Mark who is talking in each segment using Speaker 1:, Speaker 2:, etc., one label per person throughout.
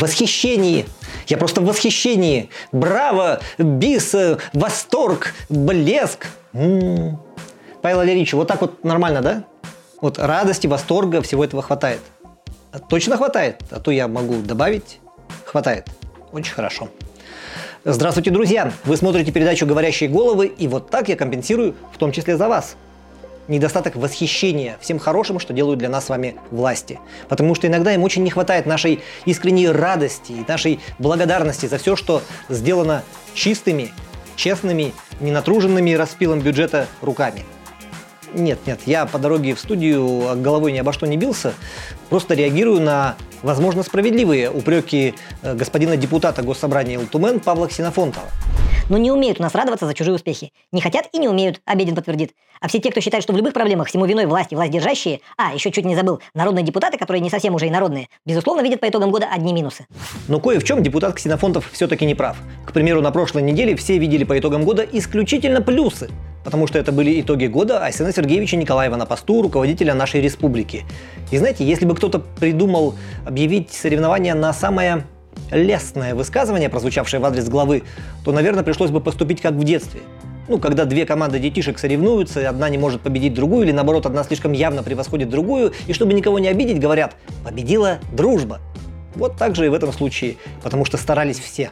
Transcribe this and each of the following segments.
Speaker 1: восхищении. Я просто в восхищении. Браво, бис, восторг, блеск. Павел Валерьевич, вот так вот нормально, да? Вот радости, восторга, всего этого хватает. Точно хватает? А то я могу добавить. Хватает. Очень хорошо. Здравствуйте, друзья! Вы смотрите передачу «Говорящие головы», и вот так я компенсирую, в том числе за вас, недостаток восхищения всем хорошим, что делают для нас с вами власти. Потому что иногда им очень не хватает нашей искренней радости и нашей благодарности за все, что сделано чистыми, честными, ненатруженными распилом бюджета руками. Нет, я по дороге в студию головой ни обо что не бился, просто реагирую на, возможно, справедливые упреки господина депутата Госсобрания Илтумен Павла Ксенофонтова.
Speaker 2: Но не умеют у нас радоваться за чужие успехи. Не хотят и не умеют, Обедин подтвердит. А все те, кто считает, что в любых проблемах всему виной власть и власть держащие, еще чуть не забыл, народные депутаты, которые не совсем уже и народные, безусловно, видят по итогам года одни минусы.
Speaker 1: Но кое в чем депутат Ксенофонтов все-таки не прав. К примеру, на прошлой неделе все видели по итогам года исключительно плюсы. Потому что это были итоги года Айсена Сергеевича Николаева на посту руководителя нашей республики. И знаете, если бы кто-то придумал объявить соревнования на самое лестное высказывание, прозвучавшее в адрес главы, то, наверное, пришлось бы поступить как в детстве. Когда две команды детишек соревнуются, и одна не может победить другую, или наоборот, одна слишком явно превосходит другую, и чтобы никого не обидеть, говорят: «Победила дружба». Вот так же и в этом случае, потому что старались все.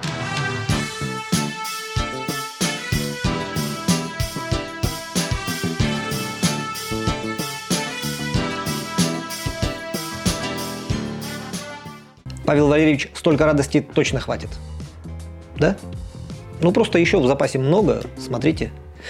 Speaker 1: Павел Валерьевич, столько радости точно хватит. Да? Просто еще в запасе много, смотрите.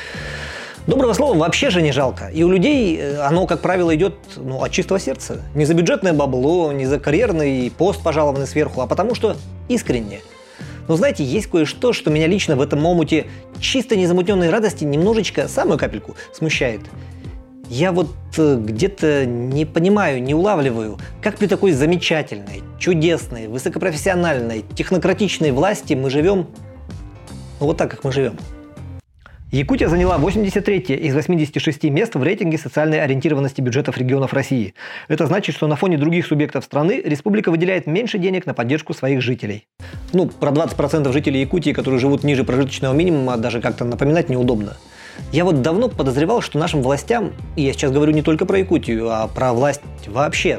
Speaker 1: Доброго слова вообще же не жалко. И у людей оно, как правило, идет от чистого сердца. Не за бюджетное бабло, не за карьерный пост, пожалованный сверху, а потому что искренне. Но знаете, есть кое-что, что меня лично в этом омуте чисто незамутненной радости немножечко, самую капельку, смущает. Я где-то не понимаю, не улавливаю, как при такой замечательной, чудесной, высокопрофессиональной, технократичной власти мы живем, вот так, как мы живем. Якутия заняла 83-е из 86 мест в рейтинге социальной ориентированности бюджетов регионов России. Это значит, что на фоне других субъектов страны республика выделяет меньше денег на поддержку своих жителей. Про 20% жителей Якутии, которые живут ниже прожиточного минимума, даже как-то напоминать неудобно. Я давно подозревал, что нашим властям, и я сейчас говорю не только про Якутию, а про власть вообще,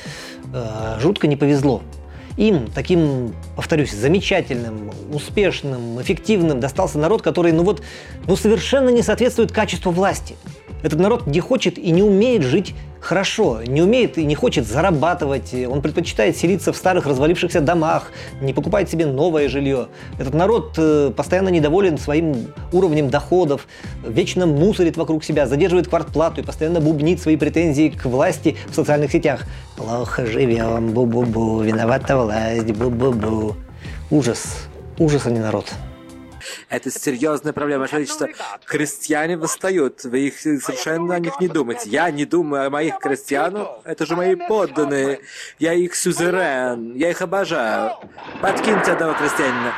Speaker 1: жутко не повезло. Им, таким, повторюсь, замечательным, успешным, эффективным достался народ, который, совершенно не соответствует качеству власти. Этот народ не хочет и не умеет жить хорошо, не умеет и не хочет зарабатывать, он предпочитает селиться в старых развалившихся домах, не покупает себе новое жилье. Этот народ постоянно недоволен своим уровнем доходов, вечно мусорит вокруг себя, задерживает квартплату и постоянно бубнит свои претензии к власти в социальных сетях. Плохо живем, бу-бу-бу, виновата власть, бу-бу-бу. Ужас, а не народ.
Speaker 3: Это серьезная проблема человечества. Крестьяне восстают. Вы их совершенно о них не думаете. Я не думаю о моих крестьянах. Это же мои подданные. Я их сюзерен. Я их обожаю. Подкиньте одного крестьянина.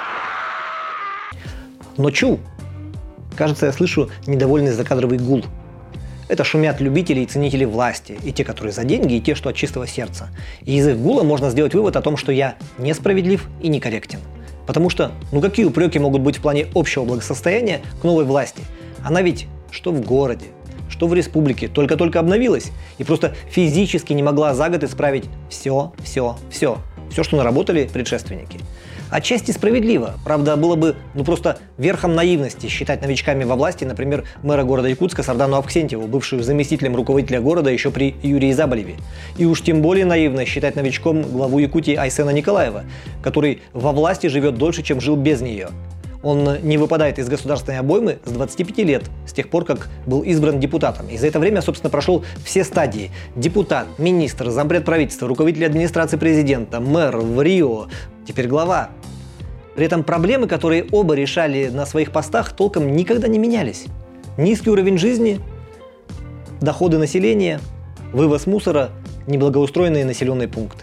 Speaker 1: Но кажется, я слышу недовольный закадровый гул. Это шумят любители и ценители власти, и те, которые за деньги, и те, что от чистого сердца. И из их гула можно сделать вывод о том, что я несправедлив и некорректен. Потому что, какие упреки могут быть в плане общего благосостояния к новой власти? Она ведь что в городе, что в республике только-только обновилась и просто физически не могла за год исправить все, что наработали предшественники. Отчасти справедливо. Правда, было бы просто верхом наивности считать новичками во власти, например, мэра города Якутска Сардану Авксентьеву, бывшую заместителем руководителя города еще при Юрии Заболеве. И уж тем более наивно считать новичком главу Якутии Айсена Николаева, который во власти живет дольше, чем жил без нее. Он не выпадает из государственной обоймы с 25 лет, с тех пор, как был избран депутатом. И за это время, собственно, прошел все стадии. Депутат, министр, зампред правительства, руководитель администрации президента, мэр, в Рио, теперь глава. При этом проблемы, которые оба решали на своих постах, толком никогда не менялись. Низкий уровень жизни, доходы населения, вывоз мусора, неблагоустроенные населенные пункты.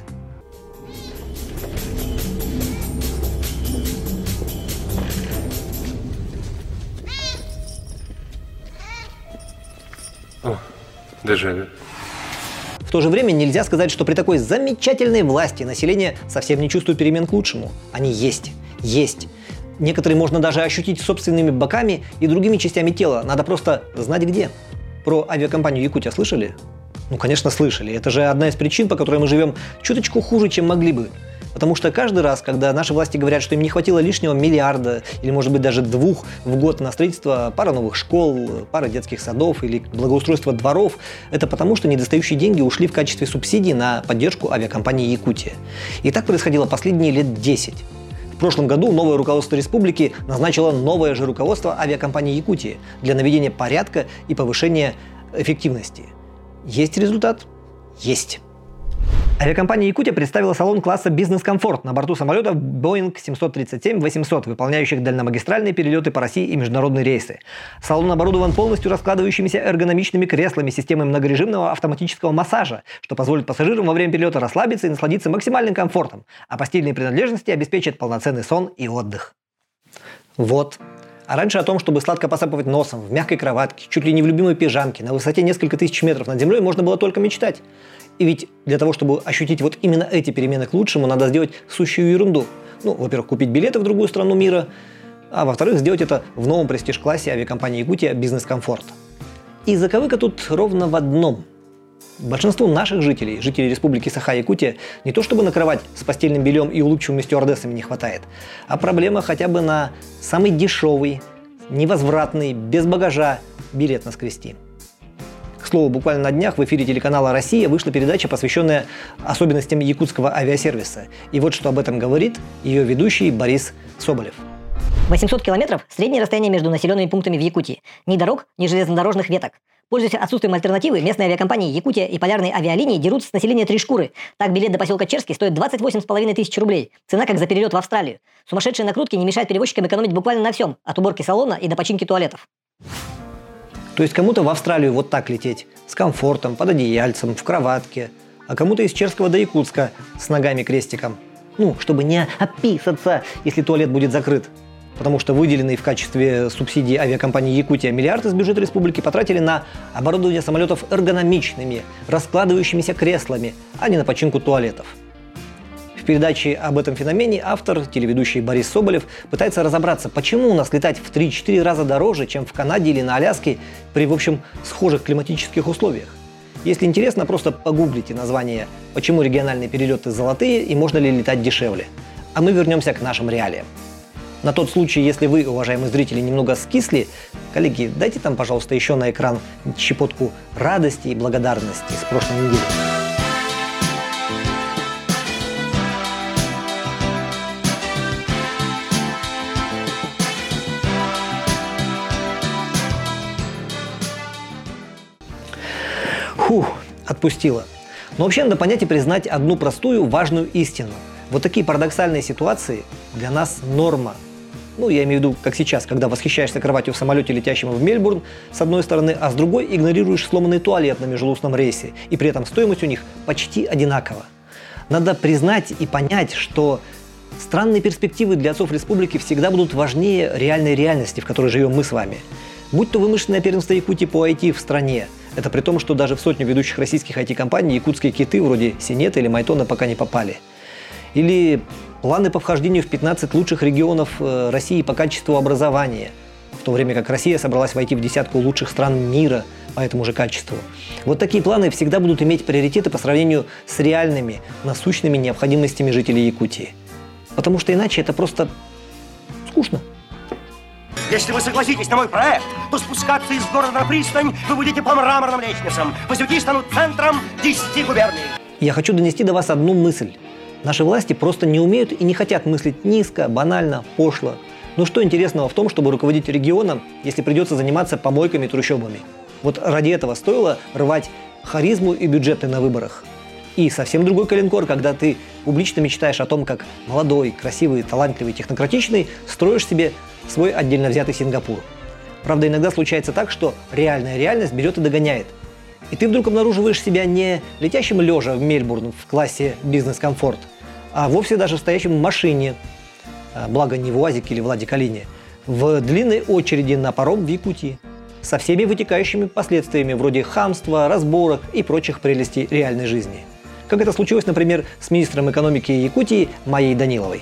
Speaker 4: Дежавю.
Speaker 1: В то же время нельзя сказать, что при такой замечательной власти население совсем не чувствует перемен к лучшему. Они есть. Есть. Некоторые можно даже ощутить собственными боками и другими частями тела. Надо просто знать где. Про авиакомпанию «Якутия» слышали? Ну, конечно, слышали. Это же одна из причин, по которой мы живем чуточку хуже, чем могли бы. Потому что каждый раз, когда наши власти говорят, что им не хватило лишнего миллиарда или, может быть, даже 2 в год на строительство пары новых школ, пары детских садов или благоустройство дворов, это потому, что недостающие деньги ушли в качестве субсидий на поддержку авиакомпании «Якутия». И так происходило последние лет 10. В прошлом году новое руководство республики назначило новое же руководство авиакомпании «Якутия» для наведения порядка и повышения эффективности. Есть результат? Есть. Авиакомпания «Якутия» представила салон класса «Бизнес-комфорт» на борту самолетов Boeing 737-800, выполняющих дальномагистральные перелеты по России и международные рейсы. Салон оборудован полностью раскладывающимися эргономичными креслами, системой многорежимного автоматического массажа, что позволит пассажирам во время перелета расслабиться и насладиться максимальным комфортом, а постельные принадлежности обеспечат полноценный сон и отдых. Вот. А раньше о том, чтобы сладко посапывать носом, в мягкой кроватке, чуть ли не в любимой пижамке, на высоте несколько тысяч метров над землей можно было только мечтать. И ведь для того, чтобы ощутить вот именно эти перемены к лучшему, надо сделать сущую ерунду. Ну, во-первых, купить билеты в другую страну мира, а во-вторых, сделать это в новом престиж-классе авиакомпании «Якутия» «Бизнес-комфорт». И заковыка тут ровно в одном. Большинству наших жителей Республики Саха-Якутия, не то чтобы на кровать с постельным бельем и улыбчивыми стюардессами не хватает, а проблема хотя бы на самый дешевый, невозвратный, без багажа билет наскрести. К слову, буквально на днях в эфире телеканала «Россия» вышла передача, посвященная особенностям якутского авиасервиса. И вот что об этом говорит ее ведущий Борис Соболев.
Speaker 2: 800 километров – среднее расстояние между населенными пунктами в Якутии. Ни дорог, ни железнодорожных веток. Пользуясь отсутствием альтернативы, местные авиакомпании «Якутия» и полярные авиалинии дерут с населения 3 шкуры. Так, билет до поселка Черский стоит 28,5 тысяч рублей. Цена как за перелет в Австралию. Сумасшедшие накрутки не мешают перевозчикам экономить буквально на всем. От уборки салона и до починки туалетов.
Speaker 1: То есть кому-то в Австралию вот так лететь, с комфортом, под одеяльцем, в кроватке, а кому-то из Черского до Якутска с ногами-крестиком. Ну, чтобы не описаться, если туалет будет закрыт. Потому что выделенные в качестве субсидии авиакомпании «Якутия» миллиард из бюджета республики потратили на оборудование самолетов эргономичными, раскладывающимися креслами, а не на починку туалетов. В передаче об этом феномене автор, телеведущий Борис Соболев, пытается разобраться, почему у нас летать в 3-4 раза дороже, чем в Канаде или на Аляске при, в общем, схожих климатических условиях. Если интересно, просто погуглите название «Почему региональные перелеты золотые и можно ли летать дешевле?». А мы вернемся к нашим реалиям. На тот случай, если вы, уважаемые зрители, немного скисли, коллеги, дайте там, пожалуйста, еще на экран щепотку радости и благодарности с прошлой недели. Фух, отпустила. Но вообще надо понять и признать одну простую, важную истину. Вот такие парадоксальные ситуации для нас норма. Ну, я имею в виду, как сейчас, когда восхищаешься кроватью в самолете, летящем в Мельбурн, с одной стороны, а с другой игнорируешь сломанный туалет на межлунном рейсе, и при этом стоимость у них почти одинакова. Надо признать и понять, что странные перспективы для отцов республики всегда будут важнее реальной реальности, в которой живем мы с вами. Будь то вымышленное первенство Якутии по IT в стране, это при том, что даже в сотню ведущих российских IT-компаний якутские киты вроде Синета или Майтона пока не попали. Или планы по вхождению в 15 лучших регионов России по качеству образования, в то время как Россия собралась войти в десятку лучших стран мира по этому же качеству. Вот такие планы всегда будут иметь приоритеты по сравнению с реальными, насущными необходимостями жителей Якутии. Потому что иначе это просто скучно.
Speaker 4: Если вы согласитесь на мой проект, то спускаться из города на пристань вы будете по мраморным лестницам. Воздюки станут центром 10 губерний.
Speaker 1: Я хочу донести до вас одну мысль. Наши власти просто не умеют и не хотят мыслить низко, банально, пошло. Ну что интересного в том, чтобы руководить регионом, если придется заниматься помойками и трущобами? Вот ради этого стоило рвать харизму и бюджеты на выборах. И совсем другой калинкор, когда ты публично мечтаешь о том, как молодой, красивый, талантливый, технократичный строишь себе свой отдельно взятый Сингапур. Правда, иногда случается так, что реальная реальность берет и догоняет. И ты вдруг обнаруживаешь себя не летящим лежа в Мельбурн в классе «Бизнес-комфорт», а вовсе даже стоящим в машине, благо не в УАЗике или Владе Калине, в длинной очереди на паром в Якутии. со всеми вытекающими последствиями вроде хамства, разборок и прочих прелестей реальной жизни. Как это случилось, например, с министром экономики Якутии Майей Даниловой.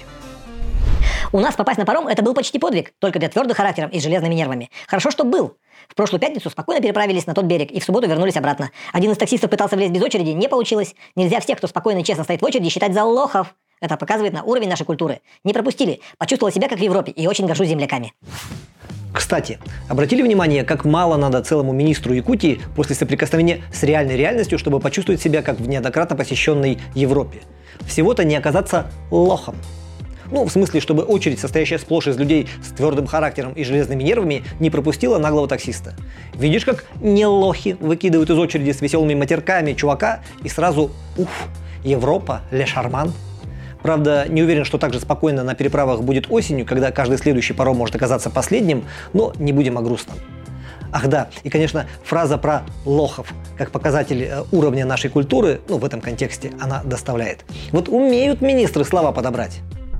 Speaker 2: У нас попасть на паром – это был почти подвиг, только для твердых характеров и с железными нервами. Хорошо, что был. В прошлую пятницу спокойно переправились на тот берег и в субботу вернулись обратно. Один из таксистов пытался влезть без очереди, не получилось. Нельзя всех, кто спокойно и честно стоит в очереди, считать за лохов. Это показывает на уровень нашей культуры. Не пропустили, почувствовала себя как в Европе и очень горжусь земляками.
Speaker 1: Кстати, обратили внимание, как мало надо целому министру Якутии после соприкосновения с реальной реальностью, чтобы почувствовать себя как в неоднократно посещенной Европе. Всего-то не оказаться лохом. Ну, в смысле, чтобы очередь, состоящая сплошь из людей с твердым характером и железными нервами, не пропустила наглого таксиста. Видишь, как не лохи выкидывают из очереди с веселыми матерками чувака и сразу уф, Европа, ле шарман. Правда, не уверен, что так же спокойно на переправах будет осенью, когда каждый следующий паром может оказаться последним, но не будем о грустном. Ах да, и, конечно, фраза про лохов как показатель уровня нашей культуры, ну, в этом контексте она доставляет. Вот умеют министры слова подобрать.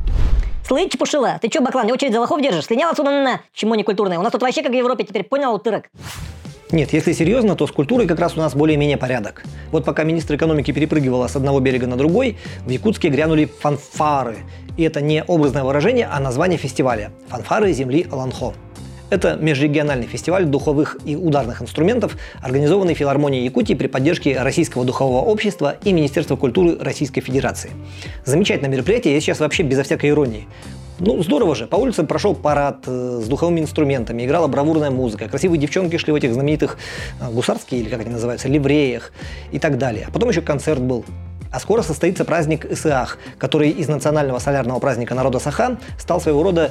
Speaker 2: Слышь, чепушила, ты чё, баклан, не очередь за лохов держишь? Слинял отсюда на чему не культурное. У нас тут вообще как в Европе теперь, понял, утырок?
Speaker 1: Нет, если серьезно, то с культурой как раз у нас более-менее порядок. Вот пока министр экономики перепрыгивала с одного берега на другой, в Якутске грянули фанфары. И это не образное выражение, а название фестиваля – «Фанфары земли Аланхо». Это межрегиональный фестиваль духовых и ударных инструментов, организованный филармонией Якутии при поддержке Российского духового общества и Министерства культуры Российской Федерации. Замечательное мероприятие, я сейчас вообще безо всякой иронии. Ну, здорово же, по улицам прошел парад с духовыми инструментами, играла бравурная музыка, красивые девчонки шли в этих знаменитых гусарских, или как они называются, ливреях и так далее. А потом еще концерт был. А скоро состоится праздник Исаах, который из национального солярного праздника народа Саха стал своего рода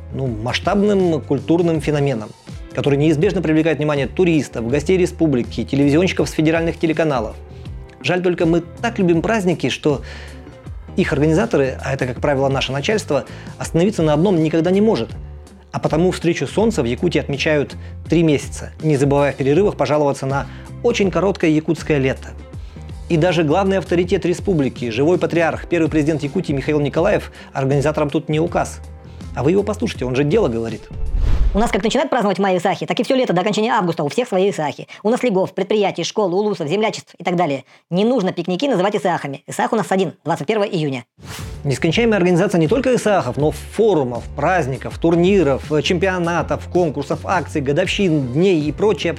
Speaker 1: масштабным культурным феноменом, который неизбежно привлекает внимание туристов, гостей республики, телевизионщиков с федеральных телеканалов. Жаль только, мы так любим праздники, что их организаторы, а это, как правило, наше начальство, остановиться на одном никогда не может. А потому встречу Солнца в Якутии отмечают 3 месяца, не забывая в перерывах пожаловаться на очень короткое якутское лето. И даже главный авторитет республики, живой патриарх, первый президент Якутии Михаил Николаев, организаторам тут не указ. А вы его послушайте, он же дело говорит.
Speaker 2: У нас как начинают праздновать в мае Исаахи, так и все лето до окончания августа у всех свои Исаахи. У наслегов, предприятий, школ, улусов, землячеств и так далее. Не нужно пикники называть Исаахами. Исаах у нас один, 21 июня.
Speaker 1: Нескончаемая организация не только Исаахов, но форумов, праздников, турниров, чемпионатов, конкурсов, акций, годовщин, дней и прочее.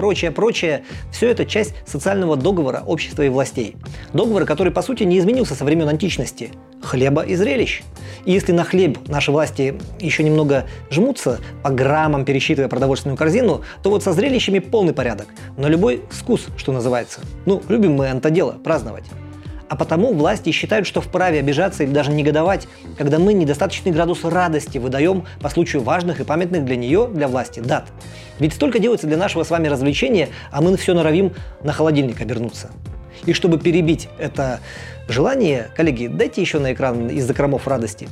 Speaker 1: Все это часть социального договора общества и властей. Договора, который, по сути, не изменился со времен античности. Хлеба и зрелищ. И если на хлеб наши власти еще немного жмутся, по граммам пересчитывая продовольственную корзину, то вот со зрелищами полный порядок. Но любой вкус, что называется. Любим мы это дело, праздновать. А потому власти считают, что вправе обижаться или даже негодовать, когда мы недостаточный градус радости выдаем по случаю важных и памятных для нее, для власти, дат. Ведь столько делается для нашего с вами развлечения, а мы все норовим на холодильник обернуться. И чтобы перебить это желание, коллеги, дайте еще на экран из закромов радости.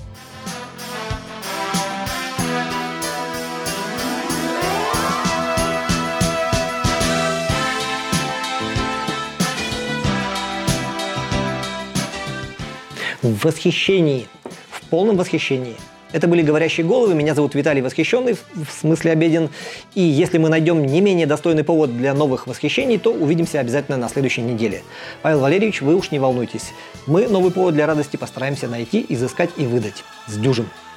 Speaker 1: В восхищении, в полном восхищении. Это были «Говорящие головы». Меня зовут Виталий Восхищенный, в смысле обеден. И если мы найдем не менее достойный повод для новых восхищений, то увидимся обязательно на следующей неделе. Павел Валерьевич, вы уж не волнуйтесь. Мы новый повод для радости постараемся найти, изыскать и выдать. С дюжим.